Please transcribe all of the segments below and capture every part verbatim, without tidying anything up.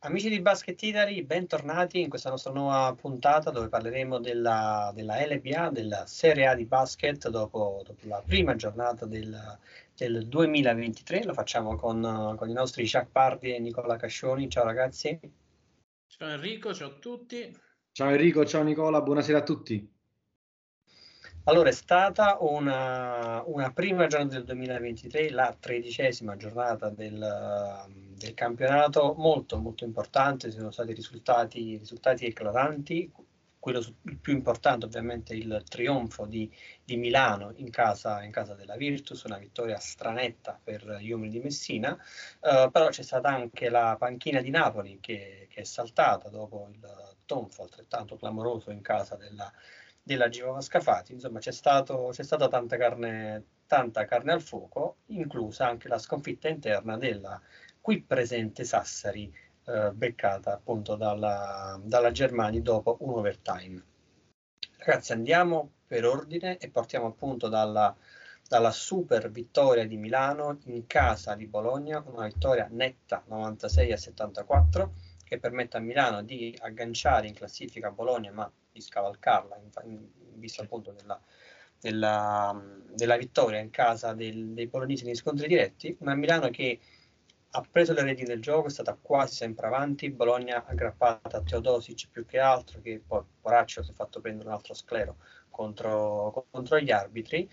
Amici di Basket Italy, bentornati in questa nostra nuova puntata dove parleremo della, della L B A, della Serie A di basket dopo, dopo la prima giornata del, del duemilaventitré. Lo facciamo con, con i nostri Jacques Pardi e Nicola Cascioni. Ciao ragazzi. Ciao Enrico, ciao a tutti. Ciao Enrico, ciao Nicola, buonasera a tutti. Allora, è stata una, una prima giornata del duemilaventitré, la tredicesima giornata del, del campionato, molto molto importante, sono stati risultati, risultati eclatanti. Quello su, il più importante ovviamente è il trionfo di, di Milano in casa, in casa della Virtus, una vittoria stranetta per gli uomini di Messina, uh, però c'è stata anche la panchina di Napoli che, che è saltata dopo il tonfo altrettanto clamoroso in casa della della Givova Scafati. Insomma, c'è stato, c'è stata tanta carne, tanta carne al fuoco, inclusa anche la sconfitta interna della qui presente Sassari, eh, beccata appunto dalla, dalla Germania dopo un overtime. Ragazzi, andiamo per ordine e partiamo appunto dalla, dalla super vittoria di Milano in casa di Bologna, una vittoria netta novantasei a settantaquattro che permette a Milano di agganciare in classifica Bologna, ma di scavalcarla in, in vista appunto della, della, della vittoria in casa del, dei bolognesi negli scontri diretti. Una Milano che ha preso le redini del gioco, è stata quasi sempre avanti. Bologna aggrappata a Teodosic più che altro, che poi Poraccio si è fatto prendere un altro sclero contro, contro gli arbitri.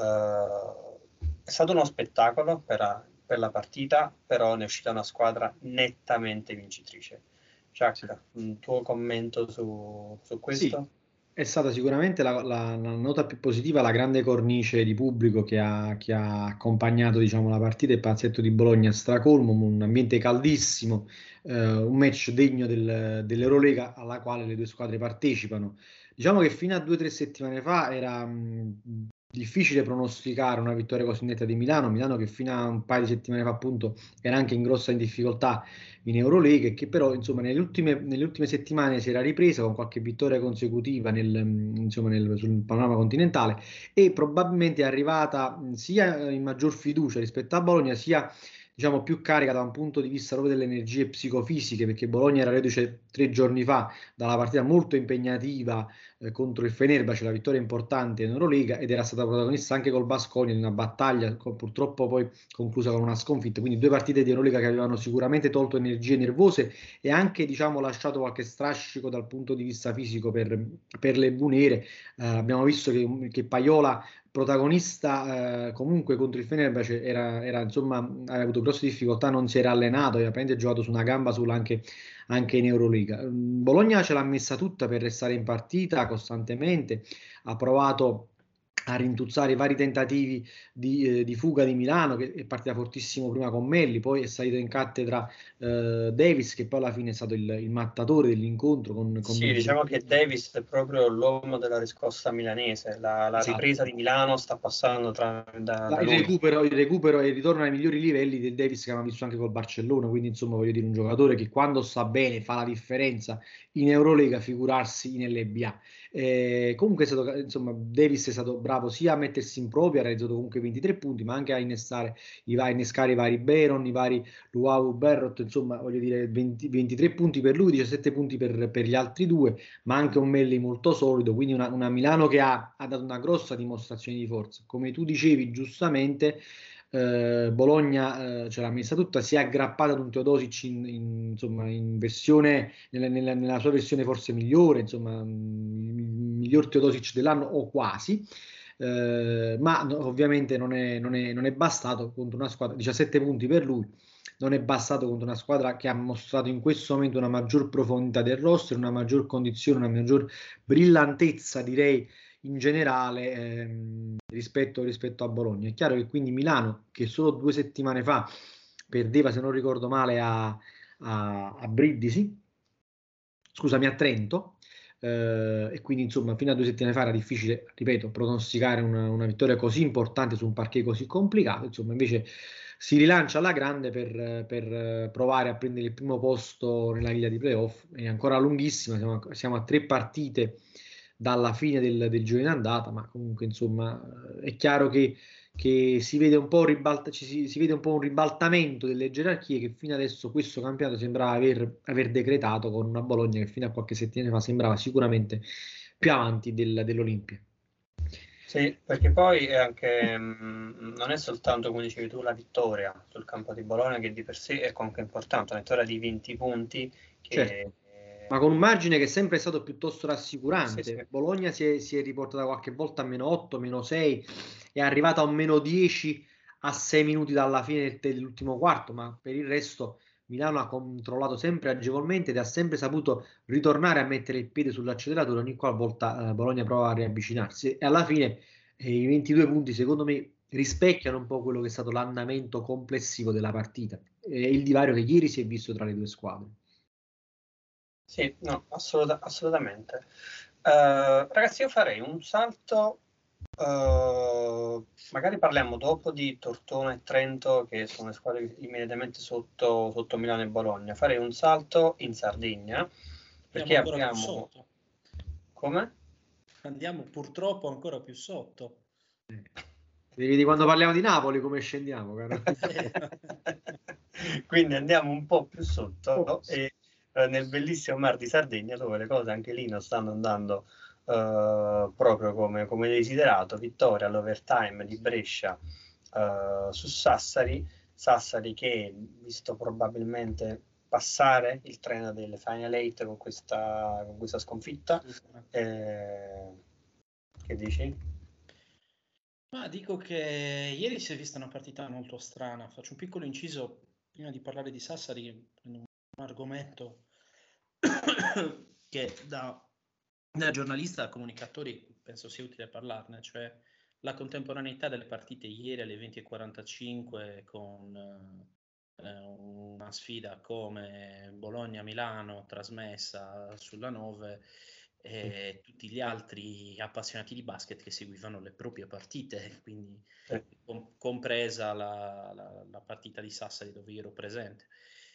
Uh, è stato uno spettacolo per, per la partita, però ne è uscita una squadra nettamente vincitrice. Jacques, un tuo commento su, su questo? Sì, è stata sicuramente la, la- la nota più positiva, la grande cornice di pubblico che ha, che ha accompagnato, diciamo, la partita, il palazzetto di Bologna a stracolmo, un ambiente caldissimo, eh, un match degno del- dell'Eurolega alla quale le due squadre partecipano. Diciamo che fino a due o tre settimane fa era mh, difficile pronosticare una vittoria così netta di Milano, Milano che fino a un paio di settimane fa appunto era anche in grossa in difficoltà in Eurolega e che però insomma nelle ultime, nelle ultime settimane si era ripresa con qualche vittoria consecutiva nel, insomma, nel, sul panorama continentale e probabilmente è arrivata mh, sia in maggior fiducia rispetto a Bologna sia diciamo più carica da un punto di vista proprio delle energie psicofisiche, perché Bologna era reduce tre giorni fa dalla partita molto impegnativa eh, contro il Fenerbahce, la vittoria importante in Eurolega, ed era stata protagonista anche col Baskonia in una battaglia con, purtroppo poi conclusa con una sconfitta, quindi due partite di Eurolega che avevano sicuramente tolto energie nervose e anche diciamo lasciato qualche strascico dal punto di vista fisico per, per le bunere. Eh, abbiamo visto che, che Paiola protagonista eh, comunque contro il Fenerbahce era, era insomma aveva avuto grosse difficoltà, non si era allenato, aveva praticamente giocato su una gamba sola anche, anche in Euroliga. Bologna ce l'ha messa tutta per restare in partita costantemente, ha provato a rintuzzare i vari tentativi di, eh, di fuga di Milano, che è partita fortissimo prima con Melli, poi è salito in cattedra eh, Davis, che poi alla fine è stato il, il mattatore dell'incontro con, con Sì, diciamo che Davis è proprio l'uomo della riscossa milanese, la, la esatto. ripresa di Milano sta passando tra, da, da Il lui. recupero, il recupero e il ritorno ai migliori livelli del Davis che abbiamo visto anche col Barcellona, quindi insomma voglio dire un giocatore che quando sta bene fa la differenza in Eurolega, figurarsi in L B A. Eh, comunque è stato, insomma, Davis è stato bravo sia a mettersi in proprio, ha realizzato comunque ventitré punti, ma anche a innestare i, a innescare i vari Beron, i vari Luau Berrot, insomma voglio dire venti, ventitré punti per lui, diciassette punti per, per gli altri due, ma anche un Melli molto solido, quindi una, una Milano che ha, ha dato una grossa dimostrazione di forza. Come tu dicevi giustamente, eh, Bologna eh, ce l'ha messa tutta, si è aggrappata ad un Teodosic in, in, insomma, in versione, nella, nella, nella sua versione forse migliore, insomma, il miglior Teodosic dell'anno o quasi. Eh, ma no, ovviamente non è, non, è, non è bastato contro una squadra, diciassette punti per lui, non è bastato contro una squadra che ha mostrato in questo momento una maggior profondità del roster, una maggior condizione, una maggior brillantezza, direi, in generale ehm, rispetto, rispetto a Bologna. È chiaro che quindi Milano, che solo due settimane fa perdeva, se non ricordo male, a, a, a Brindisi, scusami, a Trento, eh, e quindi insomma fino a due settimane fa era difficile, ripeto, pronosticare una, una vittoria così importante su un parquet così complicato, insomma invece si rilancia alla grande per, per provare a prendere il primo posto nella griglia di playoff, è ancora lunghissima, siamo, siamo a tre partite dalla fine del, del giro in andata, ma comunque insomma è chiaro che, che si vede un po' un ribalta, ci si, si vede un po' un ribaltamento delle gerarchie che fino adesso questo campionato sembrava aver, aver decretato, con una Bologna che fino a qualche settimana fa sembrava sicuramente più avanti del, dell'Olimpia. Sì, perché poi è anche, mh, non è soltanto, come dicevi tu, la vittoria sul campo di Bologna, che di per sé è comunque importante, una vittoria di venti punti Certo, che... ma con un margine che è sempre stato piuttosto Sì, rassicurante. sì. Bologna si è, si è riportata qualche volta a meno otto, meno sei, è arrivata a un meno dieci a sei minuti dalla fine del- dell'ultimo quarto, ma per il resto Milano ha controllato sempre agevolmente ed ha sempre saputo ritornare a mettere il piede sull'acceleratore ogni qualvolta eh, Bologna prova a riavvicinarsi. E alla fine eh, i ventidue punti, secondo me, rispecchiano un po' quello che è stato l'andamento complessivo della partita e il divario che ieri si è visto tra le due squadre. Sì, no, assoluta- assolutamente. Eh, ragazzi, io farei un salto, eh, magari parliamo dopo di Tortona e Trento, che sono le squadre immediatamente sotto, sotto Milano e Bologna. Farei un salto in Sardegna, Andiamo perché ancora più abbiamo... sotto. Come? Andiamo purtroppo ancora più sotto. Vedi quando parliamo di Napoli come scendiamo, caro? Quindi andiamo un po' più sotto Ops. e eh, nel bellissimo Mar di Sardegna, dove le cose anche lì non stanno andando eh, proprio come, come desiderato. Vittoria all'overtime di Brescia eh, su Sassari. Sassari che, visto probabilmente passare il treno delle Final Eight con questa, con questa sconfitta, eh, che dici? Ma dico che ieri si è vista una partita molto strana. Faccio un piccolo inciso prima di parlare di Sassari, prendo un argomento che da, da giornalista a comunicatori penso sia utile parlarne, cioè la contemporaneità delle partite ieri alle venti e quarantacinque con eh, una sfida come Bologna-Milano trasmessa sulla nove e tutti gli altri appassionati di basket che seguivano le proprie partite, quindi Eh, com- compresa la, la- la partita di Sassari dove io ero presente.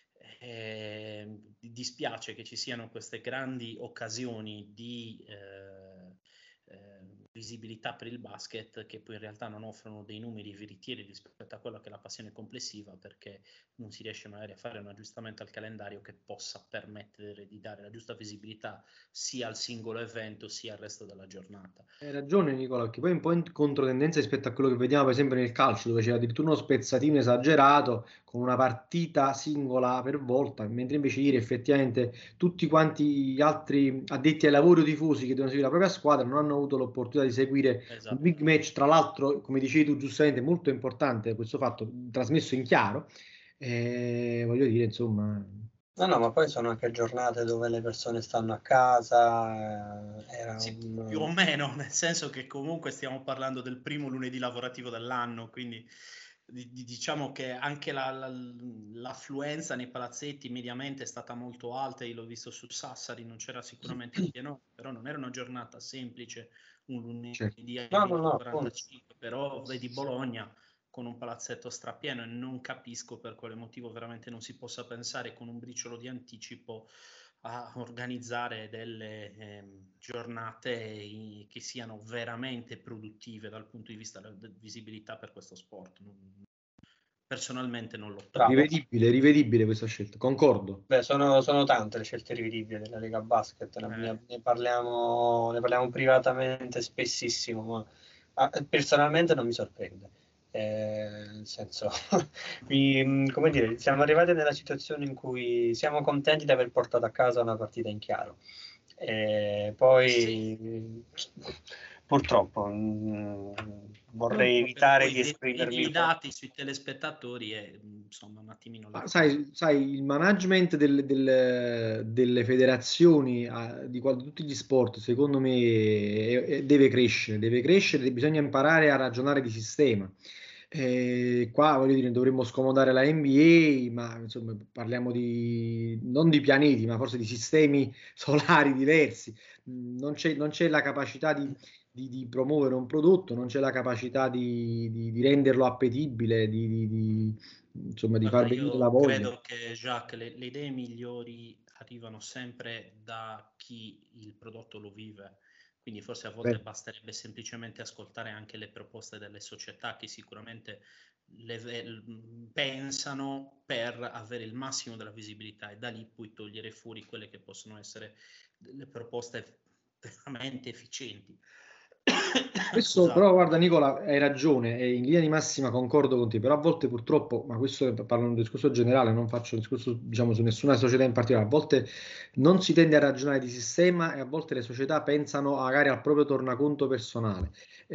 Eh, dispiace che ci siano queste grandi occasioni di eh, eh, visibilità per il basket che poi in realtà non offrono dei numeri veritieri rispetto a quella che è la passione complessiva, perché non si riesce magari a fare un aggiustamento al calendario che possa permettere di dare la giusta visibilità sia al singolo evento sia al resto della giornata. Hai ragione Nicola, che poi è un po' in controtendenza rispetto a quello che vediamo per esempio nel calcio, dove c'è addirittura uno spezzatino esagerato con una partita singola per volta, mentre invece ieri effettivamente tutti quanti gli altri addetti ai lavori o tifosi che devono seguire la propria squadra non hanno avuto l'opportunità di seguire un Esatto. big match, tra l'altro, come dicevi tu giustamente, molto importante questo fatto, trasmesso in chiaro. E voglio dire, insomma, No, no, ma poi sono anche giornate dove le persone stanno a casa, eh, era Sì, più o un... meno, nel senso che comunque stiamo parlando del primo lunedì lavorativo dell'anno, quindi di- di- diciamo che anche la- la- l'affluenza nei palazzetti mediamente è stata molto alta. Io l'ho visto su Sassari, non c'era sicuramente il pieno, però non era una giornata semplice, un certo. lunedì alle No, no, no, appunto. venti e quarantacinque, però vedi Bologna con un palazzetto strapieno e non capisco per quale motivo veramente non si possa pensare con un briciolo di anticipo a organizzare delle ehm, giornate i- che siano veramente produttive dal punto di vista della visibilità per questo sport. Non- personalmente non lo trovo. Bravo. Rivedibile, rivedibile questa scelta, concordo. Beh, sono, sono tante le scelte rivedibili della Lega Basket, ne, Eh, ne- ne parliamo, ne parliamo privatamente spessissimo, ma ah, personalmente non mi sorprende. Eh, nel senso, mi- come dire, siamo arrivati nella situazione in cui siamo contenti di aver portato a casa una partita in chiaro. E sì, poi, purtroppo, mh, vorrei però evitare poi di ve- vedi esprimermi i troppo. dati sui telespettatori e insomma un attimino le Ma cose. sai, sai, il management del- del- delle federazioni ah, di, qual- di tutti gli sport, secondo me, è- è- deve crescere, deve crescere, e bisogna imparare a ragionare di sistema. Eh, qua voglio dire, dovremmo scomodare la N B A, ma insomma parliamo di non di pianeti, ma forse di sistemi solari diversi. Mm, Non c'è non c'è la capacità di, di- di promuovere un prodotto, non c'è la capacità di, di- di renderlo appetibile, di, di- di- insomma, di Guarda, far venire la io voglia. credo che Jacques, le, le idee migliori arrivano sempre da chi il prodotto lo vive. quindi forse a volte Beh. basterebbe semplicemente ascoltare anche le proposte delle società che sicuramente le ve- pensano per avere il massimo della visibilità, e da lì puoi togliere fuori quelle che possono essere le proposte veramente efficienti. Questo Scusate. però, guarda Nicola, hai ragione, e in linea di massima concordo con te, però a volte purtroppo, ma questo parlo di un discorso generale, non faccio un discorso diciamo su nessuna società in particolare, a volte non si tende a ragionare di sistema e a volte le società pensano magari al proprio tornaconto personale.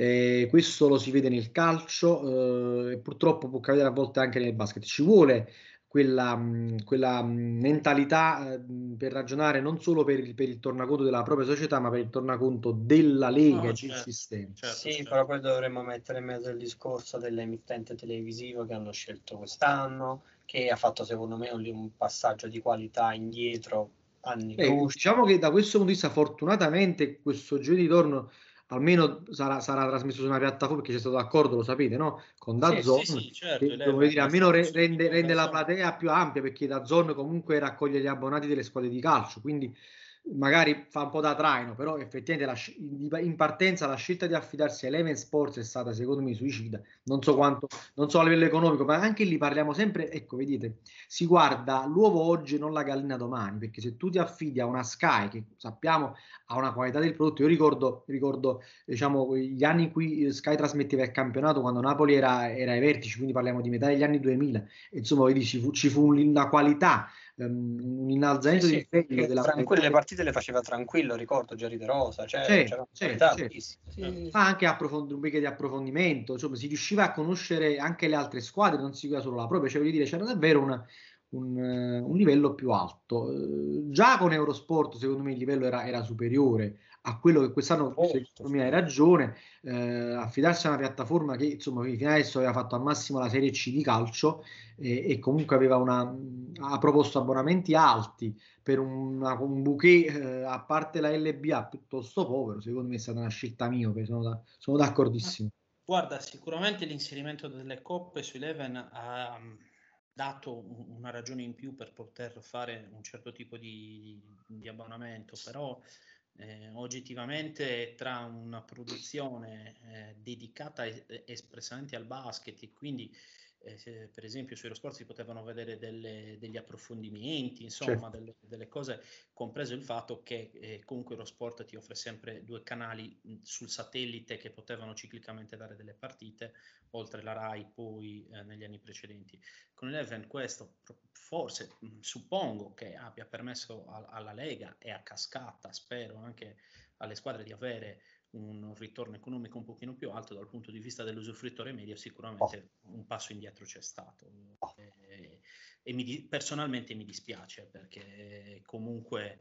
E questo lo si vede nel calcio, eh, e purtroppo può capitare a volte anche nel basket. Ci vuole quella, mh, quella mh, mentalità eh, mh, per ragionare non solo per il, per il tornaconto della propria società, ma per il tornaconto della Lega No, e del certo, sistema. certo, Sì, però certo. poi dovremmo mettere in mezzo il discorso dell'emittente televisivo che hanno scelto quest'anno, che ha fatto secondo me un, un passaggio di qualità indietro, anni Beh, luce. diciamo che da questo punto di vista, fortunatamente, questo giro di ritorno almeno sarà, sarà trasmesso su una piattaforma, perché c'è stato l'accordo, lo sapete, no? Con Sì, sì, Sì, DAZN, sì, certo, che come Eleven dire, è almeno stato re- rende, subito rende la DAZN. platea più ampia, perché DAZN comunque raccoglie gli abbonati delle squadre di calcio, quindi magari fa un po' da traino, però effettivamente la sc- in partenza la scelta di affidarsi a Eleven Sports è stata secondo me suicida. Non so quanto, non so a livello economico, ma anche lì parliamo sempre, ecco, vedete, si guarda l'uovo oggi e non la gallina domani, perché se tu ti affidi a una Sky, che sappiamo ha una qualità del prodotto, io ricordo, ricordo diciamo, gli anni in cui Sky trasmetteva il campionato, quando Napoli era, era ai vertici, quindi parliamo di metà degli anni duemila, e insomma, vedi, ci fu, ci fu una qualità, um, un Sì, innalzamento di sì, livello che della tranquille qualità. le partite le faceva tranquillo, ricordo Gianni De Rosa, cioè Certo, c'era una certo, qualità certo. altissima. Sì, Certo. sì, sì. Ma anche approfond- rubriche di approfondimento, insomma, si riusciva a conoscere anche le altre squadre, non si seguiva solo la propria, cioè voglio dire, c'era davvero una- un, eh, un livello più alto. Eh, già con Eurosport, secondo me, il livello era, era superiore a quello che quest'anno, Molto secondo me, hai superiore. ragione, eh, affidarsi a una piattaforma che, insomma, fino adesso aveva fatto al massimo la Serie C di calcio e, e comunque aveva una, ha proposto abbonamenti alti per una- un bouquet, eh, a parte la L B A, piuttosto povero, secondo me è stata una scelta miope, sono, da- sono Ma d'accordissimo. guarda, sicuramente l'inserimento delle coppe su Eleven ha mm, dato un- una ragione in più per poter fare un certo tipo di, di abbonamento, però eh, oggettivamente tra una produzione eh, dedicata es- espressamente al basket e quindi eh, se, per esempio su Eurosport si potevano vedere delle- degli approfondimenti, insomma Certo. delle, delle cose, compreso il fatto che eh, comunque Eurosport ti offre sempre due canali mh, sul satellite che potevano ciclicamente dare delle partite, oltre la Rai poi eh, negli anni precedenti. Con Eleven questo pro- forse mh, suppongo che abbia permesso a- alla Lega e a cascata, spero anche alle squadre, di avere un ritorno economico un pochino più alto. Dal punto di vista dell'usufruttore medio Oh, sicuramente un passo indietro c'è stato. oh. E, e mi di- personalmente mi dispiace, perché comunque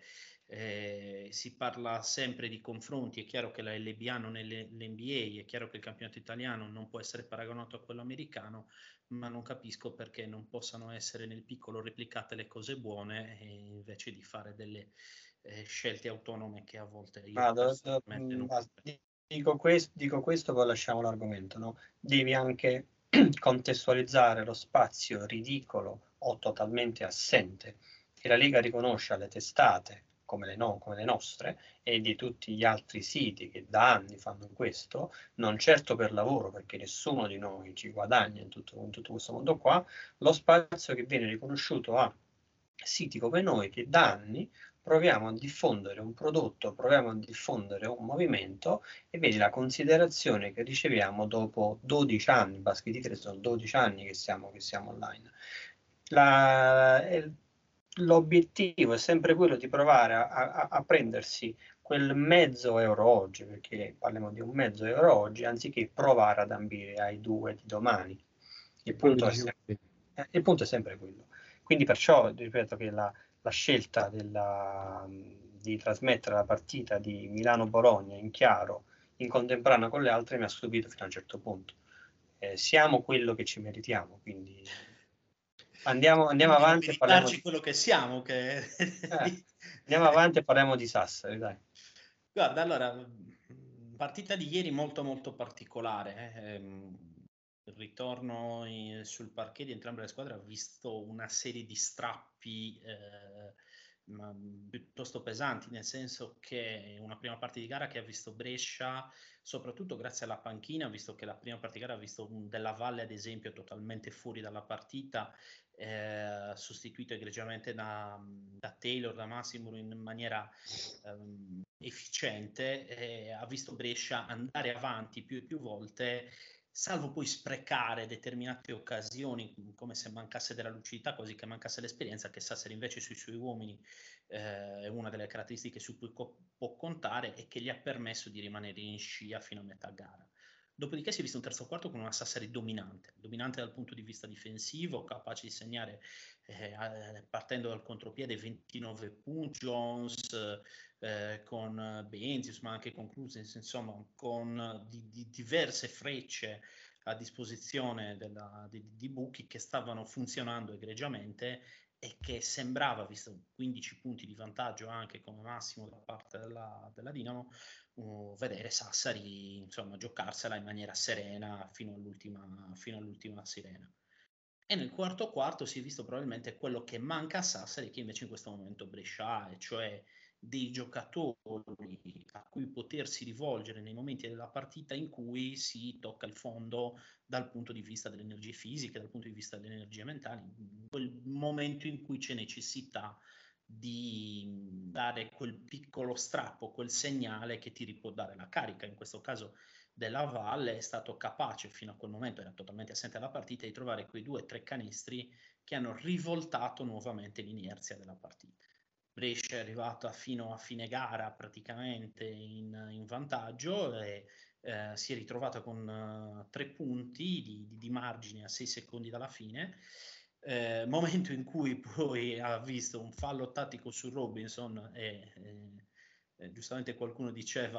eh, si parla sempre di confronti. È chiaro che la L B A non è l'N B A, è chiaro che il campionato italiano non può essere paragonato a quello americano, ma non capisco perché non possano essere nel piccolo replicate le cose buone, e invece di fare delle eh, scelte autonome che a volte io Ma do- do- personalmente mh, non ma comprendo. dico, questo, dico questo, poi lasciamo l'argomento, no? Devi anche contestualizzare lo spazio ridicolo o totalmente assente che la Lega riconosce alle testate come le, no- come le nostre e di tutti gli altri siti che da anni fanno questo, non certo per lavoro, perché nessuno di noi ci guadagna in tutto, in tutto questo mondo qua, lo spazio che viene riconosciuto a siti come noi che da anni proviamo a diffondere un prodotto, proviamo a diffondere un movimento e vedi la considerazione che riceviamo dopo dodici anni, basti dire sono dodici anni che siamo, che siamo online. La, l'obiettivo è sempre quello di provare a, a, a prendersi quel mezzo euro oggi, perché parliamo di un mezzo euro oggi, anziché provare ad ambire ai due di domani. È Il quello che punto è dicevo sempre, te. eh, il punto è sempre quello. Quindi perciò ripeto che la, la scelta della, di trasmettere la partita di Milano-Bologna in chiaro, in contemporanea con le altre, mi ha stupito fino a un certo punto. Eh, siamo quello che ci meritiamo, quindi andiamo, andiamo Almeno avanti e parliamo meritarci di, quello che siamo, che... eh, andiamo avanti e parliamo di Sassari, dai. Guarda, allora, mh, partita di ieri molto molto particolare. eh. Ehm, Il ritorno in- sul parquet di entrambe le squadre ha visto una serie di strappi eh, ma, piuttosto pesanti, nel senso che una prima parte di gara che ha visto Brescia, soprattutto grazie alla panchina, visto che la prima parte di gara ha visto un Della Valle, ad esempio, totalmente fuori dalla partita, eh, sostituito egregiamente da, da Taylor, da Massimo in maniera ehm, efficiente, eh, ha visto Brescia andare avanti più e più volte, salvo poi sprecare determinate occasioni, come se mancasse della lucidità, quasi che mancasse l'esperienza, che Sassari invece sui suoi uomini eh, è una delle caratteristiche su cui co- può contare e che gli ha permesso di rimanere in scia fino a metà gara. Dopodiché si è visto un terzo quarto con una Sassari dominante, dominante dal punto di vista difensivo, capace di segnare eh, partendo dal contropiede ventinove punti, Jones eh, con Benzius, ma anche con Cruzens, insomma, con di, di diverse frecce a disposizione della, di, di Bucchi che stavano funzionando egregiamente e che sembrava, visto quindici punti di vantaggio anche come massimo da parte della, della Dinamo, uh, vedere Sassari insomma giocarsela in maniera serena fino all'ultima, fino all'ultima sirena. E nel quarto quarto si è visto probabilmente quello che manca a Sassari, che invece in questo momento Brescia ha, e cioè dei giocatori a cui potersi rivolgere nei momenti della partita in cui si tocca il fondo dal punto di vista delle energie fisiche, dal punto di vista delle energie mentali, in quel momento in cui c'è necessità di dare quel piccolo strappo, quel segnale che ti può dare la carica. In questo caso Della Valle è stato capace fino a quel momento, era totalmente assente dalla partita, di trovare quei due o tre canestri che hanno rivoltato nuovamente l'inerzia della partita. Brescia è arrivata fino a fine gara praticamente in, in vantaggio e eh, si è ritrovata con uh, tre punti di, di, di margine a sei secondi dalla fine. Eh, momento in cui poi ha visto un fallo tattico su Robinson e eh, eh, giustamente qualcuno diceva,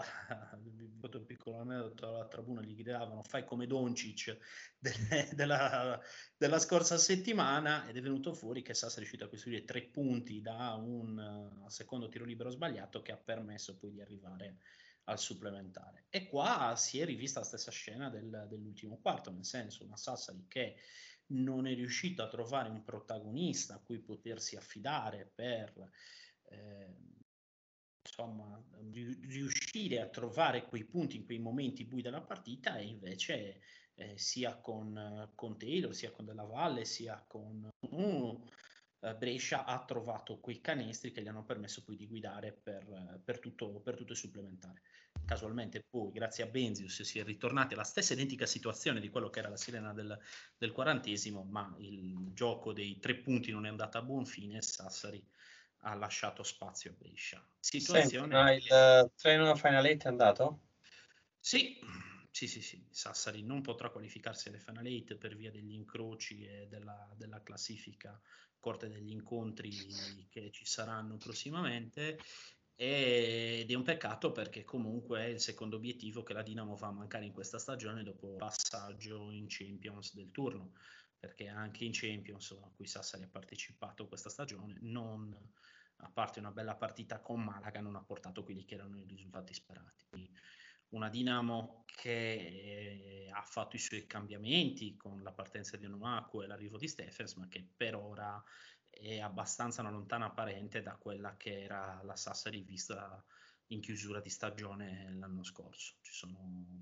fatto un piccolo aneddoto, alla tribuna gli gridavano fai come Doncic de- della, della scorsa settimana, ed è venuto fuori che Sass è riuscito a costruire tre punti da un uh, secondo tiro libero sbagliato che ha permesso poi di arrivare al supplementare. E qua si è rivista la stessa scena del, dell'ultimo quarto, nel senso una Sassari che non è riuscito a trovare un protagonista a cui potersi affidare per eh, insomma, riuscire a trovare quei punti in quei momenti bui della partita, e invece eh, sia con, con Taylor, sia con Della Valle, sia con uh, Brescia ha trovato quei canestri che gli hanno permesso poi di guidare per, per, tutto, per tutto il supplementare. Casualmente poi, grazie a Benzius, si è ritornati alla stessa identica situazione di quello che era la sirena del, del quarantesimo, ma il gioco dei tre punti non è andato a buon fine e Sassari ha lasciato spazio a Brescia. Senti, Situazione ma che... il treno Final Eight è andato? Sì, sì, sì, sì. Sassari non potrà qualificarsi alle Final Eight per via degli incroci e della, della classifica corte degli incontri che ci saranno prossimamente, ed è un peccato perché comunque è il secondo obiettivo che la Dinamo va a mancare in questa stagione dopo il passaggio in Champions del turno, perché anche in Champions a cui Sassari ha partecipato questa stagione non, a parte una bella partita con Malaga, non ha portato quelli che erano i risultati sperati. Quindi una Dinamo che eh, ha fatto i suoi cambiamenti con la partenza di Onuaku e l'arrivo di Stephens, ma che per ora è abbastanza una lontana parente da quella che era la Sassari vista in chiusura di stagione l'anno scorso. Ci sono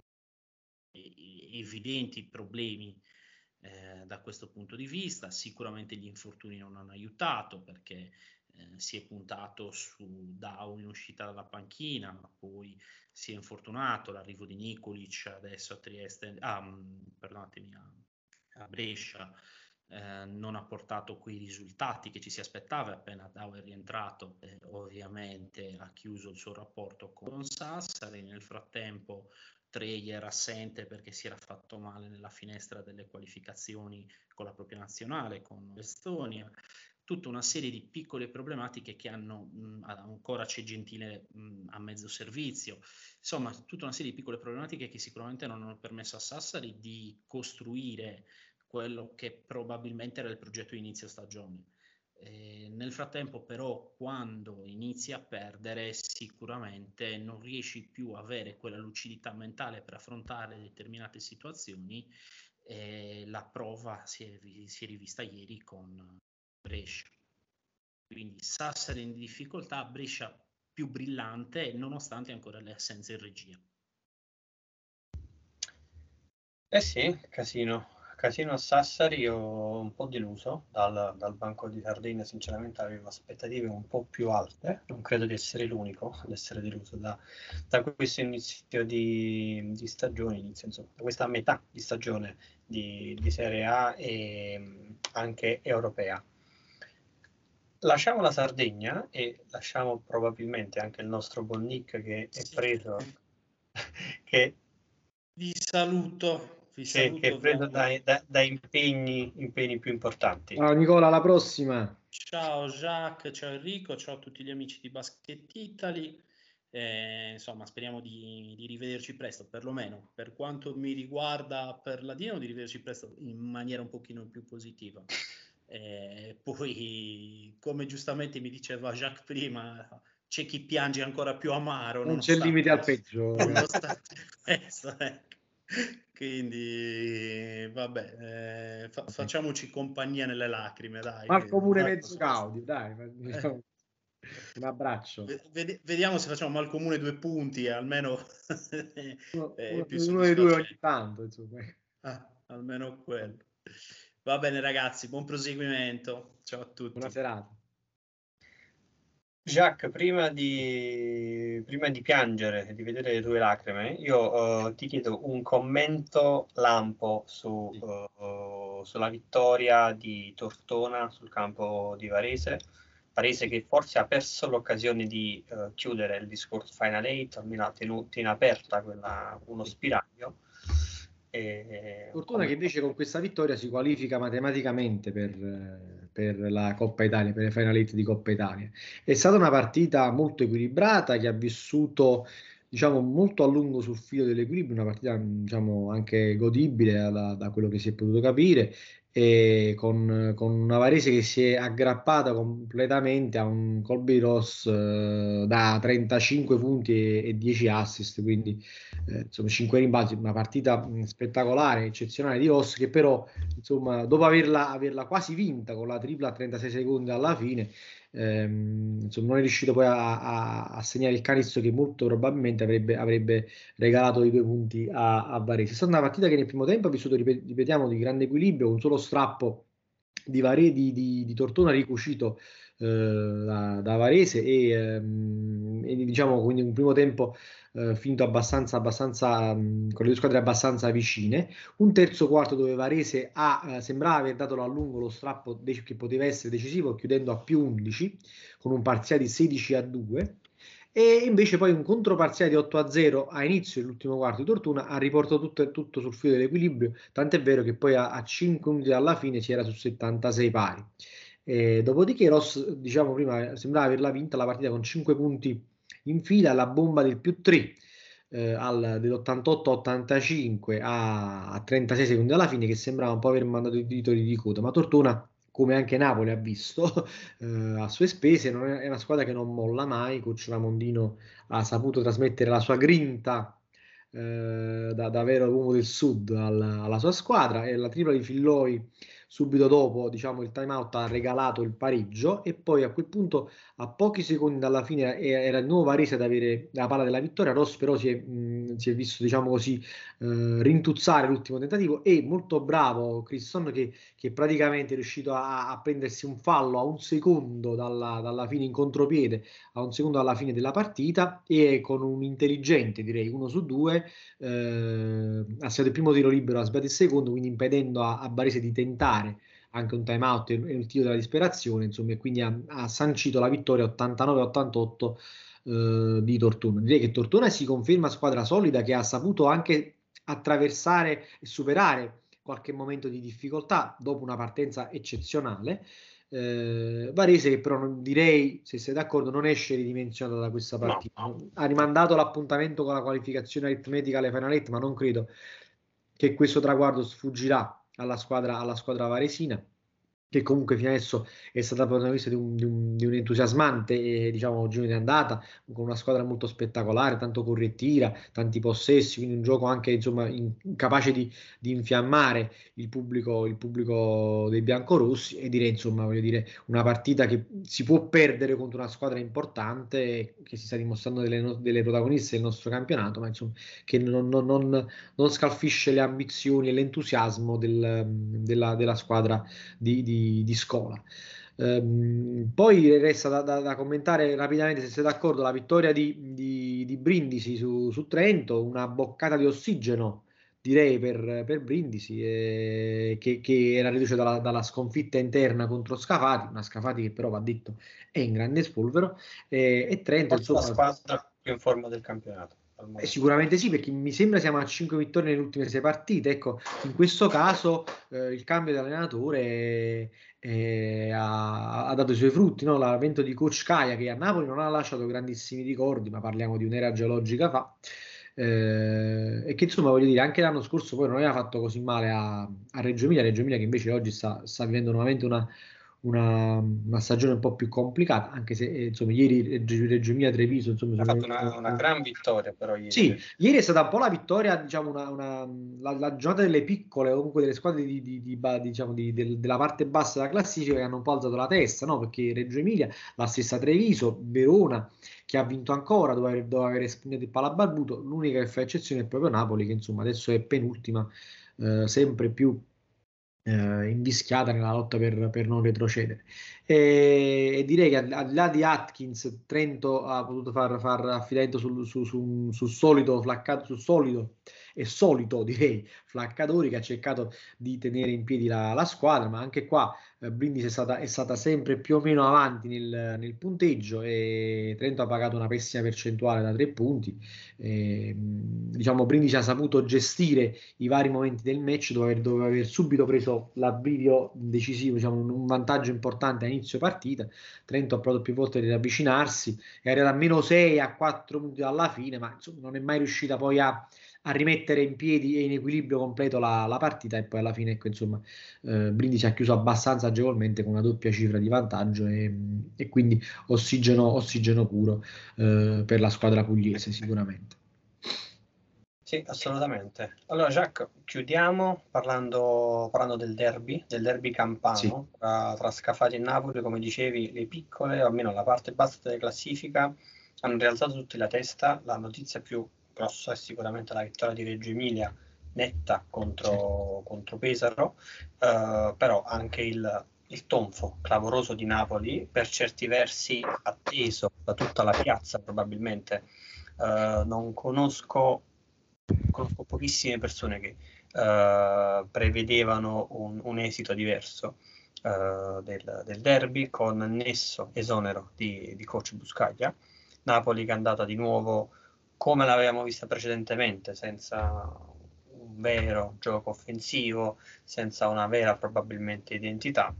evidenti problemi eh, da questo punto di vista. Sicuramente gli infortuni non hanno aiutato, perché eh, si è puntato su Dau in uscita dalla panchina, ma poi si è infortunato, l'arrivo di Nikolic adesso a Trieste, ah, perdonatemi, a, a Brescia, eh, non ha portato quei risultati che ci si aspettava. Appena Dau è rientrato, eh, ovviamente ha chiuso il suo rapporto con Sassari. Nel frattempo Treyer assente perché si era fatto male nella finestra delle qualificazioni con la propria nazionale, con l'Estonia. Tutta una serie di piccole problematiche che hanno, mh, ancora c'è Gentile mh, a mezzo servizio, insomma tutta una serie di piccole problematiche che sicuramente non hanno permesso a Sassari di costruire quello che probabilmente era il progetto di inizio stagione. Eh, nel frattempo però, quando inizi a perdere, sicuramente non riesci più a avere quella lucidità mentale per affrontare determinate situazioni, e la prova si è, si è rivista ieri con Brescia. quindi Sassari in difficoltà, Brescia più brillante nonostante ancora le assenze in regia. Eh sì, casino. Casino a Sassari, io un po' deluso dal, dal Banco di Sardegna, sinceramente avevo aspettative un po' più alte, non credo di essere l'unico ad essere deluso da, da questo inizio di, di stagione, inizio, insomma, da questa metà di stagione di, di Serie A e mh, anche europea. Lasciamo la Sardegna e lasciamo probabilmente anche il nostro buon Nick che è preso, che Vi saluto. Vi Che, che è saluto preso proprio. da, da, da impegni, impegni più importanti. Ciao Nicola, alla prossima. Ciao Jacques, ciao Enrico, ciao a tutti gli amici di Basket Italy. Eh, insomma, speriamo di, di rivederci presto, perlomeno per quanto mi riguarda per la Dinamo, di rivederci presto in maniera un pochino più positiva. Eh, poi, come giustamente mi diceva Jacques prima, c'è chi piange ancora più amaro. Non c'è limite al peggio. Nonostante questo, ecco. Quindi vabbè, eh, fa- facciamoci compagnia nelle lacrime, dai. Al comune Dai, mezzo Gaudio, dai. Diciamo, un abbraccio. Ved- vediamo se facciamo mal comune due punti, almeno Uno, è uno, più uno dei due ogni soddisfacente. tanto, insomma. Ah, almeno quello. Va bene ragazzi, buon proseguimento. Ciao a Buona tutti. serata. Jacques, prima di, prima di piangere e di vedere le tue lacrime, io uh, ti chiedo un commento lampo su, uh, sulla vittoria di Tortona sul campo di Varese. Varese che forse ha perso l'occasione di uh, chiudere il discorso Final Eight, almeno ha tenuto in aperta quella, uno spiraglio. E, Fortuna che invece con questa vittoria si qualifica matematicamente per, per la Coppa Italia, per le Final Eight di Coppa Italia. È stata una partita molto equilibrata che ha vissuto, diciamo, molto a lungo sul filo dell'equilibrio, una partita, diciamo, anche godibile da, da quello che si è potuto capire, e con, con una Varese che si è aggrappata completamente a un Colby Ross eh, da trentacinque punti e, e dieci assist, quindi eh, insomma cinque rimbalzi, una partita mh, spettacolare, eccezionale di Ross che però insomma dopo averla, averla quasi vinta con la tripla a trentasei secondi alla fine ehm, insomma, non è riuscito poi a, a, a segnare il canestro che molto probabilmente avrebbe, avrebbe regalato i due punti a, a Varese. È stata una partita che nel primo tempo ha vissuto, ripetiamo, di grande equilibrio, con solo strappo di, Vare, di, di, di Tortona ricucito eh, da, da Varese e, ehm, e diciamo quindi un primo tempo eh, finito abbastanza, abbastanza mh, con le due squadre abbastanza vicine, un terzo quarto dove Varese ha, eh, sembrava aver dato a lungo lo strappo de- che poteva essere decisivo chiudendo a più undici con un parziale di sedici a due e invece poi un controparziale di otto a zero a inizio dell'ultimo quarto di Tortona ha riportato tutto, tutto sul filo dell'equilibrio, tant'è vero che poi a, a cinque minuti dalla fine si era su settantasei pari. E dopodiché Ross, diciamo prima, sembrava averla vinta la partita con cinque punti in fila, la bomba del più tre eh, al, dell'ottantotto ottantacinque a, a trentasei secondi alla fine, che sembrava un po' aver mandato i titoli di coda, ma Tortona, come anche Napoli ha visto eh, a sue spese, non è, è una squadra che non molla mai. Coach Ramondino ha saputo trasmettere la sua grinta eh, da, da vero uomo del sud alla, alla sua squadra, e la tripla di Filloi subito dopo, diciamo, il time out ha regalato il pareggio, e poi a quel punto a pochi secondi dalla fine era il nuovo Varese ad avere la palla della vittoria. Ross però si è, mh, si è visto, diciamo così, eh, rintuzzare l'ultimo tentativo, e molto bravo Crisson che, che praticamente è riuscito a, a prendersi un fallo a un secondo dalla, dalla fine in contropiede, a un secondo dalla fine della partita, e con un intelligente, direi, uno su due eh, ha stato il primo tiro libero, ha sbagliato il secondo, quindi impedendo a, a Varese di tentare anche un time out e il tiro della disperazione, insomma, e quindi ha, ha sancito la vittoria ottantanove a ottantotto eh, di Tortona. Direi che Tortona si conferma squadra solida, che ha saputo anche attraversare e superare qualche momento di difficoltà dopo una partenza eccezionale. Eh, Varese che però non, direi, se sei d'accordo, non esce ridimensionata da questa partita. No. Ha rimandato l'appuntamento con la qualificazione aritmetica alle Final Eight, ma non credo che questo traguardo sfuggirà alla squadra, alla squadra varesina, che comunque fino adesso è stata protagonista di un, di un, di un entusiasmante eh, diciamo, girone di andata, con una squadra molto spettacolare, tanto corre e tira, tanti possessi, quindi un gioco anche insomma, in, capace di, di infiammare il pubblico, il pubblico dei biancorossi, e direi insomma voglio dire una partita che si può perdere contro una squadra importante che si sta dimostrando delle, no- delle protagoniste del nostro campionato, ma insomma che non, non- non- non scalfisce le ambizioni e l'entusiasmo del- della, della squadra di, di di Scola. Ehm, poi resta da, da- da commentare rapidamente, se siete d'accordo, la vittoria di, di- di Brindisi su, su Trento, una boccata di ossigeno direi per, per Brindisi, eh, che, che era riduce dalla, dalla sconfitta interna contro Scafati, una Scafati che però va detto è in grande spolvero, eh, e Trento Forse la insomma. squadra più in forma del campionato al Eh, momento. sicuramente sì, perché mi sembra siamo a cinque vittorie nelle ultime sei partite. Ecco, in questo caso eh, il cambio di allenatore eh, ha, ha dato i suoi frutti, no? L'avvento di Coach Kaya, che a Napoli non ha lasciato grandissimi ricordi, ma parliamo di un'era geologica fa, eh, e che insomma voglio dire, anche l'anno scorso poi non aveva fatto così male a, a Reggio Emilia, Reggio Emilia che invece oggi sta, sta vivendo nuovamente una, una, una stagione un po' più complicata, anche se eh, insomma ieri Reggio, Reggio Emilia Treviso insomma Ha sono, fatto una, una gran vittoria però sì, ieri. ieri è stata un po' la vittoria, diciamo, una, una- la, la giornata delle piccole, o comunque delle squadre di, di- di ba- diciamo, di- del- della parte bassa della classifica, che hanno un po' alzato la testa, no? Perché Reggio Emilia, la stessa Treviso, Verona, che ha vinto ancora, dopo aver, dopo aver espugnato il Palabarbuto, l'unica che fa eccezione è proprio Napoli, che insomma adesso è penultima, eh, sempre più eh, invischiata nella lotta per, per non retrocedere. E, e direi che al, al di là di Atkins, Trento ha potuto far, far affidamento sul, su, su, sul solito flaccato, sul solido e solito direi Flaccadori, che ha cercato di tenere in piedi la, la squadra, ma anche qua eh, Brindisi è stata, è stata sempre più o meno avanti nel, nel punteggio, e Trento ha pagato una pessima percentuale da tre punti. E, diciamo Brindisi ha saputo gestire i vari momenti del match, dove aver, dove aver subito preso l'avvio decisivo, diciamo, un vantaggio importante a inizio partita. Trento ha provato più volte di avvicinarsi, è arrivata a meno sei a quattro punti dalla fine, ma insomma, non è mai riuscita poi a, a rimettere in piedi e in equilibrio completo la, la partita, e poi alla fine ecco, insomma, eh, Brindisi ha chiuso abbastanza agevolmente con una doppia cifra di vantaggio, e, e quindi ossigeno, ossigeno puro eh, per la squadra pugliese sicuramente. Sì, assolutamente. Allora, Jacques, chiudiamo parlando, parlando del derby, del derby Sì. campano tra, tra Scafati e Napoli. Come dicevi, le piccole, o almeno la parte bassa della classifica, hanno rialzato tutti la testa. La notizia più grossa è sicuramente la vittoria di Reggio Emilia, netta contro, contro Pesaro, eh, però anche il, il tonfo clamoroso di Napoli, per certi versi atteso da tutta la piazza probabilmente. Eh, non conosco conosco pochissime persone che uh, prevedevano un, un esito diverso uh, del, del derby, con annesso esonero di, di coach Buscaglia. Napoli che è andata di nuovo come l'avevamo vista precedentemente, senza un vero gioco offensivo, senza una vera probabilmente identità,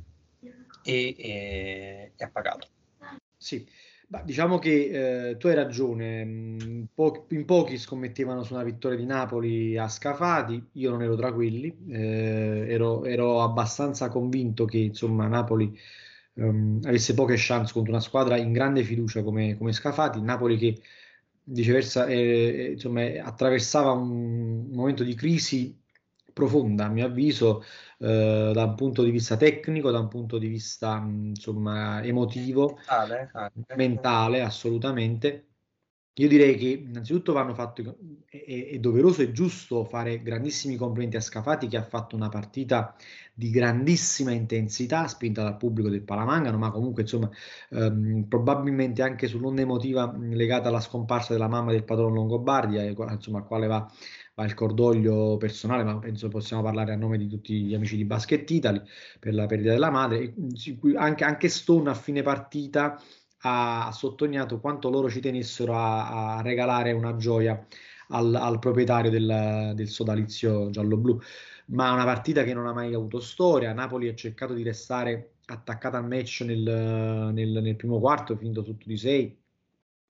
e, e, e ha pagato. Sì, ma diciamo che eh, tu hai ragione, mh, po- in pochi scommettevano su una vittoria di Napoli a Scafati, io non ero tra quelli, eh, ero, ero abbastanza convinto che insomma Napoli ehm, avesse poche chance contro una squadra in grande fiducia come, come Scafati, Napoli che viceversa eh, eh, insomma, eh, attraversava un, un momento di crisi profonda, a mio avviso, eh, da un punto di vista tecnico, da un punto di vista mh, insomma emotivo, Mentale, anche. mentale, assolutamente. Io direi che innanzitutto vanno fatto, è, è- è doveroso e giusto fare grandissimi complimenti a Scafati, che ha fatto una partita di grandissima intensità, spinta dal pubblico del Palamangano, ma comunque insomma ehm, probabilmente anche sull'onda emotiva mh, legata alla scomparsa della mamma del padrone Longobardi, eh, qua- insomma, al quale va, va il cordoglio personale, ma penso possiamo parlare a nome di tutti gli amici di Basket Italy per la perdita della madre. E, mh, sicur- anche, anche Stone a fine partita ha sottolineato quanto loro ci tenessero a, a regalare una gioia al, al proprietario del, del sodalizio giallo-blu. Ma una partita che non ha mai avuto storia. Napoli ha cercato di restare attaccata al match nel, nel, nel primo quarto, è finito tutto di sei.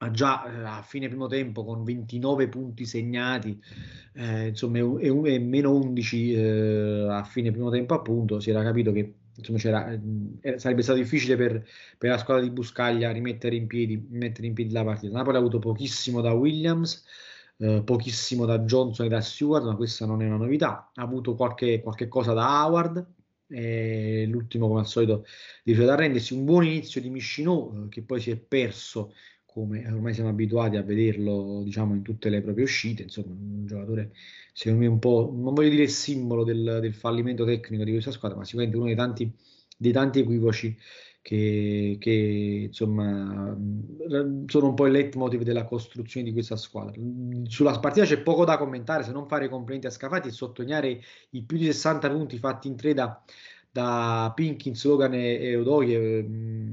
ma già eh, a fine primo tempo con ventinove punti segnati, eh, insomma, e, e, e meno undici eh, a fine primo tempo, appunto, si era capito che insomma, c'era, eh, sarebbe stato difficile per, per la squadra di Buscaglia rimettere in piedi, mettere in piedi la partita. Napoli ha avuto pochissimo da Williams, eh, pochissimo da Johnson e da Stewart, ma questa non è una novità. Ha avuto qualche, qualche cosa da Howard, e l'ultimo come al solito riuscito ad arrendersi. Un buon inizio di Miscinò, eh, che poi si è perso come ormai siamo abituati a vederlo, diciamo, in tutte le proprie uscite. Insomma, un giocatore, secondo me, un po', non voglio dire il simbolo del, del fallimento tecnico di questa squadra, ma sicuramente uno dei tanti, dei tanti equivoci che, che, insomma, sono un po' il leitmotiv della costruzione di questa squadra. Sulla partita c'è poco da commentare, se non fare complimenti a Scafati e sottolineare i più di sessanta punti fatti in tre da, da Pinkins, Logan e, e Odoye.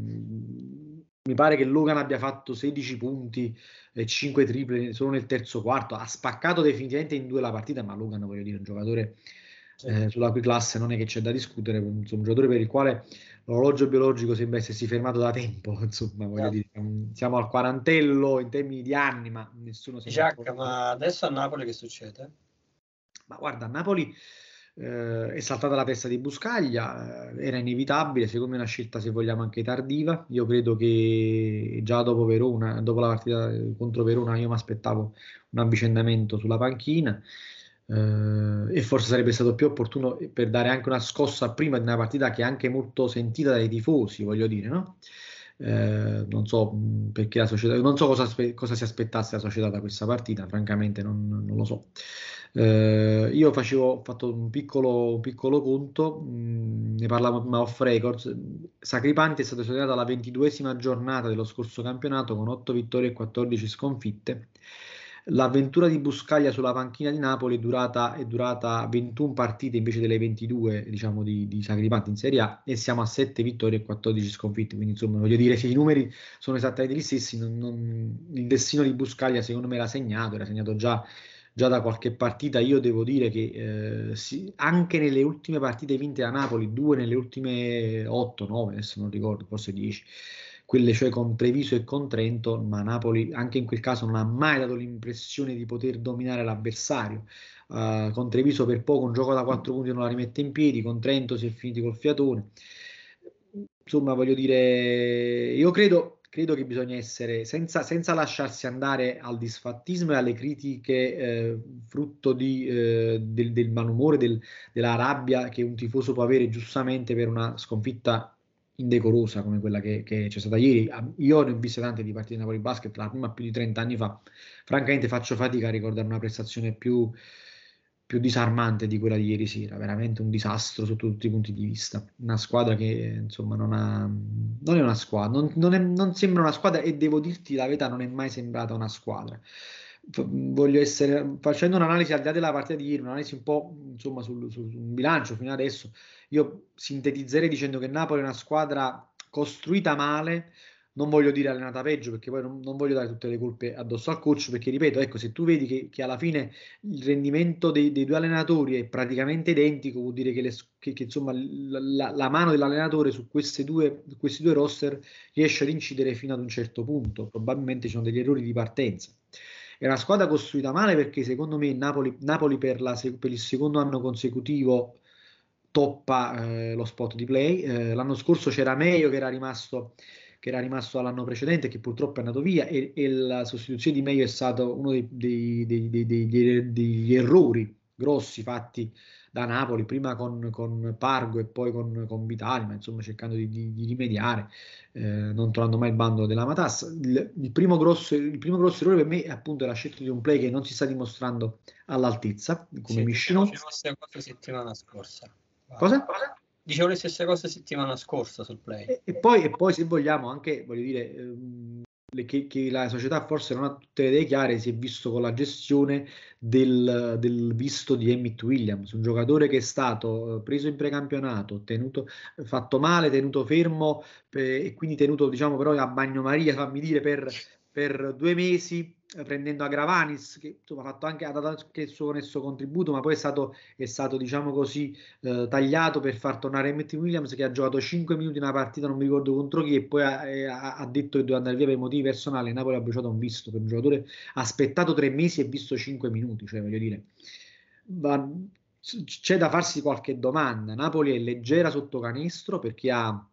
Mi pare che Logan abbia fatto sedici punti e cinque triple solo nel terzo quarto. Ha spaccato definitivamente in due la partita, ma Logan, voglio dire, un giocatore eh, sulla cui classe non è che c'è da discutere, insomma, un giocatore per il quale l'orologio biologico sembra essersi fermato da tempo, insomma, voglio no. dire, siamo al quarantello in termini di anni, ma nessuno si Giacca, ma adesso a Napoli che succede? Ma guarda, a Napoli eh, è saltata la testa di Buscaglia, eh, era inevitabile, secondo me è una scelta, se vogliamo, anche tardiva. Io credo che già dopo Verona, dopo la partita contro Verona, io mi aspettavo un avvicendamento sulla panchina, eh, e forse sarebbe stato più opportuno per dare anche una scossa prima di una partita che è anche molto sentita dai tifosi, voglio dire, no? Eh, non so mh, perché la società, non so cosa, aspe- cosa si aspettasse la società da questa partita, francamente non, non lo so. Eh, io facevo, ho fatto un piccolo, un piccolo conto, mh, ne parlavo ma off records. Sacripanti è stato esonerato alla ventiduesima giornata dello scorso campionato con otto vittorie e quattordici sconfitte. L'avventura di Buscaglia sulla panchina di Napoli è durata, è durata ventuno partite invece delle ventidue, diciamo, di, di Sacripanti in Serie A, e siamo a sette vittorie e quattordici sconfitte. Quindi, insomma, voglio dire, se i numeri sono esattamente gli stessi, non, non, il destino di Buscaglia, secondo me, era segnato, era segnato già, già da qualche partita. Io devo dire che eh, sì, anche nelle ultime partite vinte da Napoli, due nelle ultime otto nove, adesso non ricordo, forse dieci, quelle cioè con Treviso e con Trento, ma Napoli anche in quel caso non ha mai dato l'impressione di poter dominare l'avversario. Uh, con Treviso per poco un gioco da quattro punti non la rimette in piedi, con Trento si è finiti col fiatone. Insomma, voglio dire, io credo, credo che bisogna essere, senza, senza lasciarsi andare al disfattismo e alle critiche eh, frutto di, eh, del, del malumore, del, della rabbia che un tifoso può avere giustamente per una sconfitta indecorosa come quella che, che c'è stata ieri. Io ne ho viste tante di partite di Napoli Basket, la prima più di trenta anni fa. Francamente faccio fatica a ricordare una prestazione più, più disarmante di quella di ieri sera, veramente un disastro sotto tutti i punti di vista. Una squadra che insomma non ha, non è una squadra, non, non, è, non sembra una squadra, e devo dirti la verità, non è mai sembrata una squadra. Voglio essere, facendo un'analisi al di là della partita di ieri, un'analisi un po' insomma sul, sul, sul bilancio fino adesso, io sintetizzerei dicendo che Napoli è una squadra costruita male. Non voglio dire allenata peggio, perché poi non, non voglio dare tutte le colpe addosso al coach, perché ripeto, ecco, se tu vedi che, che alla fine il rendimento dei, dei due allenatori è praticamente identico, vuol dire che, le, che, che insomma la, la mano dell'allenatore su queste due, questi due roster riesce ad incidere fino ad un certo punto. Probabilmente ci sono degli errori di partenza. È una squadra costruita male, perché secondo me Napoli, Napoli per, la, per il secondo anno consecutivo toppa eh, lo spot di play. Eh, l'anno scorso c'era Meio che era rimasto che era rimasto l'anno precedente, che purtroppo è andato via, e, e la sostituzione di Meio è stato uno dei, dei, dei, dei, dei, degli errori grossi fatti da Napoli, prima con, con Pargo e poi con, con Vitali, ma insomma cercando di, di, di rimediare, eh, non trovando mai il bando della matassa. Il, il, primo grosso, il primo grosso errore per me è appunto la scelta di un play che non si sta dimostrando all'altezza, come sì, Miscinò. dicevo la stessa cosa settimana scorsa. Cosa? Cosa? Dicevo le stesse cose settimana scorsa sul play. E, e, poi, e poi, se vogliamo, anche, voglio dire, ehm, che, che la società forse non ha tutte le idee chiare, si è visto con la gestione del, del visto di Emmett Williams, un giocatore che è stato preso in precampionato, tenuto, fatto male, tenuto fermo, eh, e quindi tenuto, diciamo, però a bagnomaria, fammi dire, per, per due mesi, eh, prendendo Agravanis, che insomma, ha, fatto anche, ha dato anche il suo onesto contributo, ma poi è stato, è stato diciamo così, eh, tagliato per far tornare Emmett Williams, che ha giocato cinque minuti in una partita, non mi ricordo contro chi, e poi ha, ha, ha detto che doveva andare via per motivi personali. Napoli ha bruciato un visto per un giocatore, ha aspettato tre mesi e visto cinque minuti, cioè voglio dire, ma c'è da farsi qualche domanda. Napoli è leggera sotto canestro perché ha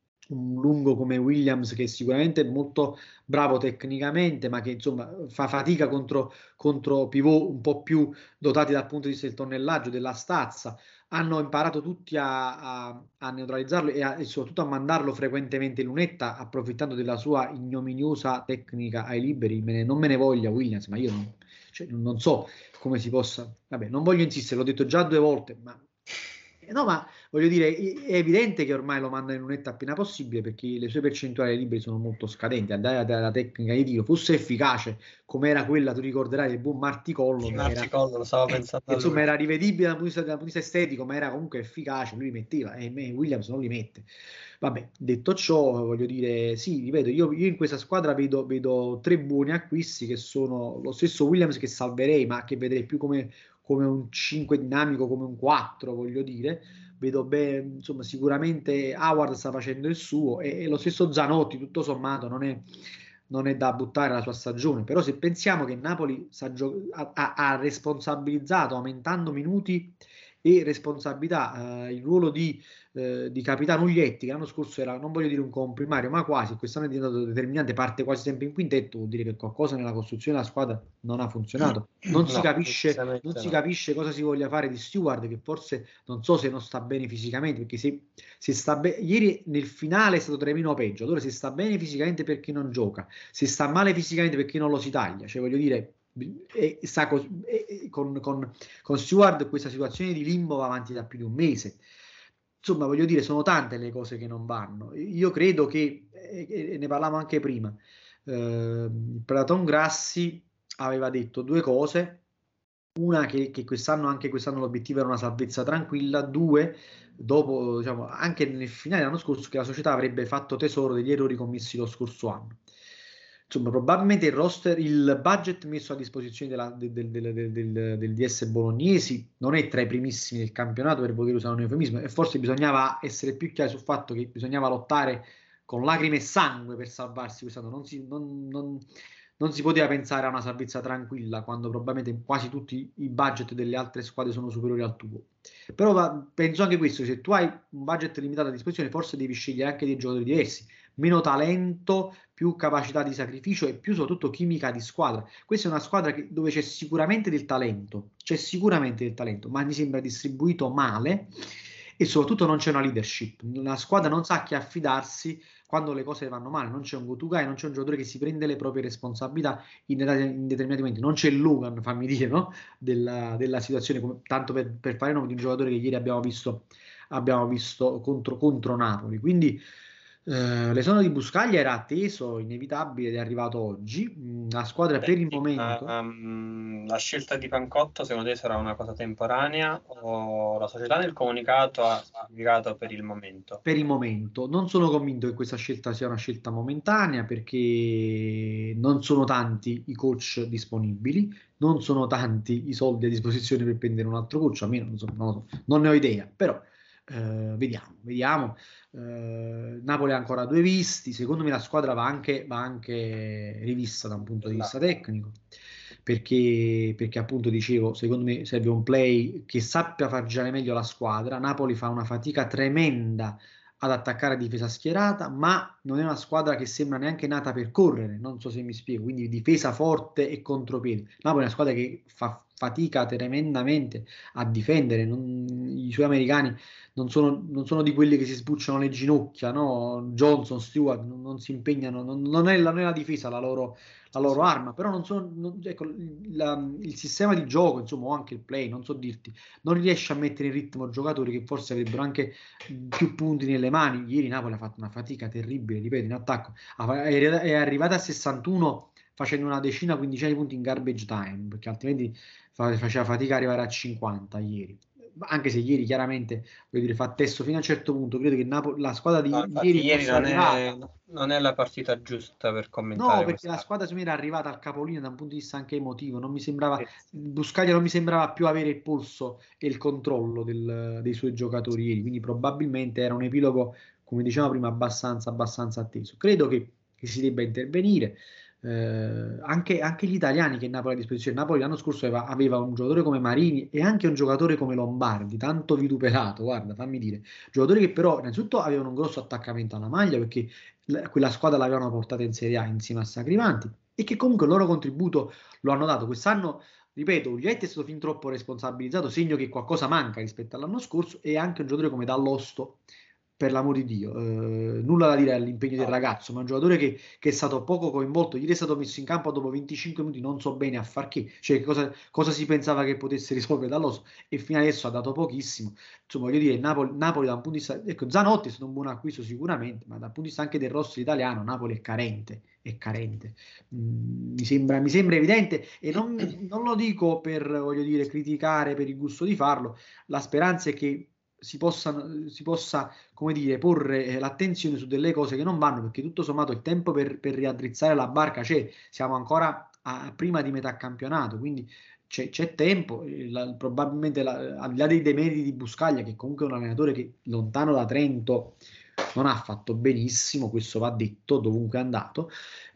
un lungo come Williams, che sicuramente è molto bravo tecnicamente, ma che insomma fa fatica contro, contro pivot un po' più dotati dal punto di vista del tonnellaggio, della stazza. Hanno imparato tutti a, a, a neutralizzarlo e, a, e soprattutto a mandarlo frequentemente in lunetta, approfittando della sua ignominiosa tecnica ai liberi. Me ne, non me ne voglia Williams, ma io non, cioè, non so come si possa... Vabbè, non voglio insistere, l'ho detto già due volte, ma... No, ma voglio dire, è evidente che ormai lo manda in lunetta appena possibile, perché le sue percentuali liberi sono molto scadenti. Al di là della tecnica di tiro, fosse efficace come era quella, tu ricorderai, del buon Marty Collon, Marty Collon, lo stavo pensando a lui. Insomma, era rivedibile dal punto, di vista, dal punto di vista estetico, ma era comunque efficace, lui li metteva e Williams non li mette. Vabbè, detto ciò, voglio dire, sì, ripeto, io, io in questa squadra vedo, vedo tre buoni acquisti, che sono lo stesso Williams, che salverei, ma che vedrei più come, come un cinque dinamico, come un quattro, voglio dire. Vedo bene, insomma, sicuramente Howard sta facendo il suo, e, e lo stesso Zanotti, tutto sommato, non è, non è da buttare la sua stagione. Però se pensiamo che Napoli sta gio- ha, ha, ha responsabilizzato, aumentando minuti e responsabilità, eh, il ruolo di, eh, di capitano Uglietti, che l'anno scorso era, non voglio dire un comprimario, ma quasi, quest'anno è diventato determinante, parte quasi sempre in quintetto, vuol dire che qualcosa nella costruzione della squadra non ha funzionato. Non si, No, capisce, non no. si capisce cosa si voglia fare di Stewart, che forse non so se non sta bene fisicamente, perché se, se sta be- ieri nel finale è stato tremino peggio. Allora, se sta bene fisicamente perché non gioca, se sta male fisicamente perché non lo si taglia, cioè voglio dire, e sta co- e con, con, con Stewart questa situazione di limbo va avanti da più di un mese. Insomma, voglio dire, sono tante le cose che non vanno. Io credo che, e, e ne parlavamo anche prima, eh, Platon Grassi aveva detto due cose: una, che, che quest'anno, anche quest'anno l'obiettivo era una salvezza tranquilla; due, dopo, diciamo, anche nel finale dell'anno scorso, che la società avrebbe fatto tesoro degli errori commessi lo scorso anno. Insomma, probabilmente il roster, il budget messo a disposizione della, del, del, del, del, del D S bolognesi non è tra i primissimi del campionato, per poter usare un eufemismo, e forse bisognava essere più chiari sul fatto che bisognava lottare con lacrime e sangue per salvarsi quest'anno. Non si, non, non, non si poteva pensare a una salvezza tranquilla, quando probabilmente quasi tutti i budget delle altre squadre sono superiori al tuo. Però va, penso anche questo: se tu hai un budget limitato a disposizione, forse devi scegliere anche dei giocatori diversi, meno talento, più capacità di sacrificio e più soprattutto chimica di squadra. Questa è una squadra che, dove c'è sicuramente del talento, c'è sicuramente del talento, ma mi sembra distribuito male, e soprattutto non c'è una leadership. La squadra non sa a chi affidarsi quando le cose vanno male. Non c'è un go-to-guy, non c'è un giocatore che si prende le proprie responsabilità in, in determinati momenti. Non c'è il Logan, fammi dire, no? della, della situazione, come, tanto per, per fare nome di un giocatore che ieri abbiamo visto, abbiamo visto contro, contro Napoli. Quindi eh, l'esonero di Buscaglia era atteso, inevitabile, ed è arrivato oggi. Mm, la squadra per il Senti, momento... um, la scelta di Pancotto secondo te sarà una cosa temporanea, o la società nel comunicato ha specificato per il momento? Per il momento non sono convinto che questa scelta sia una scelta momentanea, perché non sono tanti i coach disponibili, non sono tanti i soldi a disposizione per prendere un altro coach, a me non, so, non, lo so, non ne ho idea, però eh, vediamo, vediamo. Eh, Napoli ha ancora due visti, secondo me la squadra va anche, va anche rivista da un punto di vista tecnico, perché, perché appunto dicevo, secondo me serve un play che sappia far girare meglio la squadra. Napoli fa una fatica tremenda ad attaccare a difesa schierata, ma non è una squadra che sembra neanche nata per correre, non so se mi spiego, quindi difesa forte e contropiede. Napoli è una squadra che fa fatica tremendamente a difendere. Non, i suoi americani non sono, non sono di quelli che si sbucciano le ginocchia, no? Johnson, Stewart non, non si impegnano, non, non, è la, non è la difesa la loro, la loro Sì. arma, però non sono, non, ecco, la, il sistema di gioco, insomma, o anche il play, non so dirti, non riesce a mettere in ritmo giocatori che forse avrebbero anche più punti nelle mani. Ieri Napoli ha fatto una fatica terribile, ripeto, in attacco, è arrivata a sessantuno facendo una decina, quindicina di punti in garbage time, perché altrimenti faceva fatica arrivare a cinquanta ieri. anche se ieri chiaramente, voglio dire, fa testo fino a un certo punto, credo che Napoli, la squadra di No, infatti ieri ieri fosse non è, arrivata. non è la partita giusta per No, commentare perché la questa. squadra secondo me era arrivata al capolinea da un punto di vista anche emotivo, non mi sembrava, Sì. Buscaglia non mi sembrava più avere il polso e il controllo del- dei suoi giocatori ieri, quindi probabilmente era un epilogo, come dicevamo prima, abbastanza, abbastanza atteso. Credo che, che si debba intervenire. Eh, anche, anche gli italiani che Napoli ha a disposizione. Napoli l'anno scorso aveva, aveva un giocatore come Marini e anche un giocatore come Lombardi, tanto vituperato, guarda, fammi dire. Giocatori che però innanzitutto avevano un grosso attaccamento alla maglia perché l- quella squadra l'avevano portata in Serie A insieme a Sacrivanti e che comunque il loro contributo lo hanno dato. Quest'anno, ripeto, Uglietti è stato fin troppo responsabilizzato, segno che qualcosa manca rispetto all'anno scorso e anche un giocatore come Dall'Osto, per l'amor di Dio, eh, nulla da dire all'impegno del ragazzo, ma un giocatore che, che è stato poco coinvolto, ieri è stato messo in campo dopo venticinque minuti, non so bene a far che, cioè cosa, cosa si pensava che potesse risolvere Dall'Osto e fino adesso ha dato pochissimo. Insomma, voglio dire, Napoli, Napoli da un punto di vista, ecco, Zanotti è stato un buon acquisto sicuramente, ma dal punto di vista anche del roster italiano, Napoli è carente, è carente. Mm, mi sembra, mi sembra evidente e non, non lo dico per, voglio dire, criticare per il gusto di farlo, la speranza è che si possa, si possa come dire, porre eh, l'attenzione su delle cose che non vanno, perché tutto sommato il tempo per, per riaddrizzare la barca c'è, siamo ancora a, prima di metà campionato, quindi c'è, c'è tempo, la, probabilmente la, al di là dei demeriti di Buscaglia, che comunque è un allenatore che lontano da Trento non ha fatto benissimo, questo va detto dovunque è andato,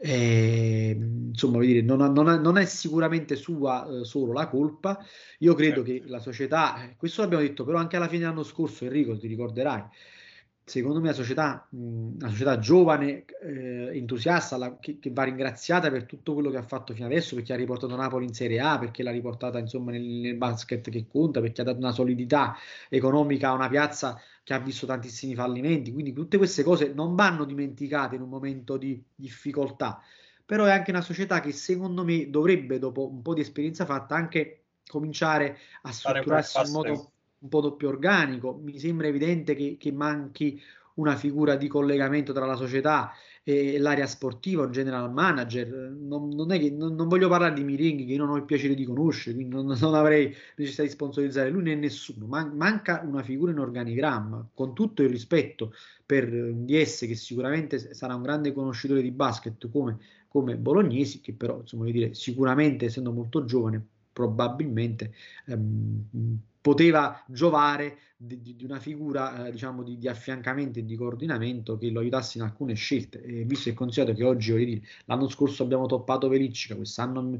e, insomma, voglio dire, non, non, non è sicuramente sua eh, solo la colpa. Io credo Certo. che la società, eh, questo l'abbiamo detto, però anche alla fine dell'anno scorso, Enrico, ti ricorderai, secondo me la società, mh, una società giovane, eh, entusiasta, la- che, che va ringraziata per tutto quello che ha fatto fino adesso, perché ha riportato Napoli in Serie A, perché l'ha riportata insomma nel, nel basket che conta, perché ha dato una solidità economica a una piazza che ha visto tantissimi fallimenti. Quindi tutte queste cose non vanno dimenticate in un momento di difficoltà. Però è anche una società che secondo me dovrebbe, dopo un po' di esperienza fatta, anche cominciare a Fare quel strutturarsi in passo in- modo un po' più organico. Mi sembra evidente che, che manchi una figura di collegamento tra la società e l'area sportiva, un general manager. Non, non è che, non, non voglio parlare di Miringhi, che io non ho il piacere di conoscere, quindi non, non avrei necessità di sponsorizzare lui né nessuno. Man- manca una figura in organigramma, con tutto il rispetto per un D S che sicuramente sarà un grande conoscitore di basket come, come Bolognesi, che però, insomma, voglio dire, sicuramente essendo molto giovane, probabilmente ehm, poteva giovare di, di, di una figura eh, diciamo di, di affiancamento e di coordinamento che lo aiutasse in alcune scelte. E visto e considerato che oggi, voglio dire, l'anno scorso abbiamo toppato Veliccica, quest'anno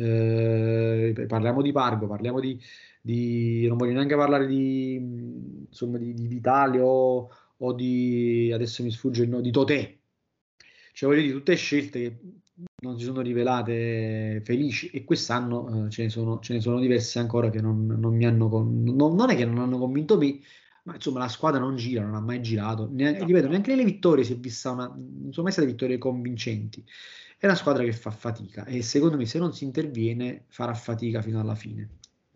eh, parliamo di Pargo, parliamo di, di non voglio neanche parlare di, insomma, di, di Vitale o, o di adesso mi sfugge il nome di Totè. Cioè, voglio dire, tutte scelte che non si sono rivelate felici e quest'anno eh, ce ne sono, ce ne sono diverse ancora che non, non mi hanno con- non, non è che non hanno convinto me, ma insomma la squadra non gira, non ha mai girato. Neanche, No, ripeto, no. neanche nelle vittorie si è vista una, non sono mai state vittorie convincenti. È una squadra che fa fatica e secondo me se non si interviene farà fatica fino alla fine.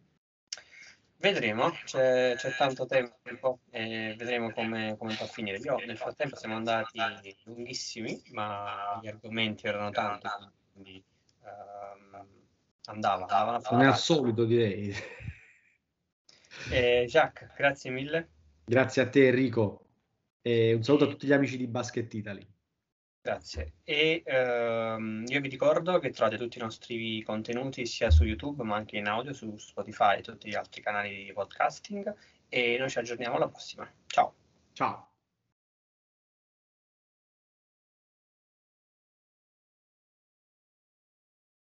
Vedremo, c'è, c'è tanto tempo e vedremo come, come va a finire. Io nel frattempo siamo andati lunghissimi, ma gli argomenti erano tanti, quindi ehm, andava, andavano Non è al affrontati. solito, direi. Eh, Jacques, grazie mille. Grazie a te, Enrico, e un saluto a E tutti gli amici di Basket Italy. Grazie. E ehm, io vi ricordo che trovate tutti i nostri contenuti sia su YouTube ma anche in audio su Spotify e tutti gli altri canali di podcasting e noi ci aggiorniamo alla prossima. Ciao. Ciao.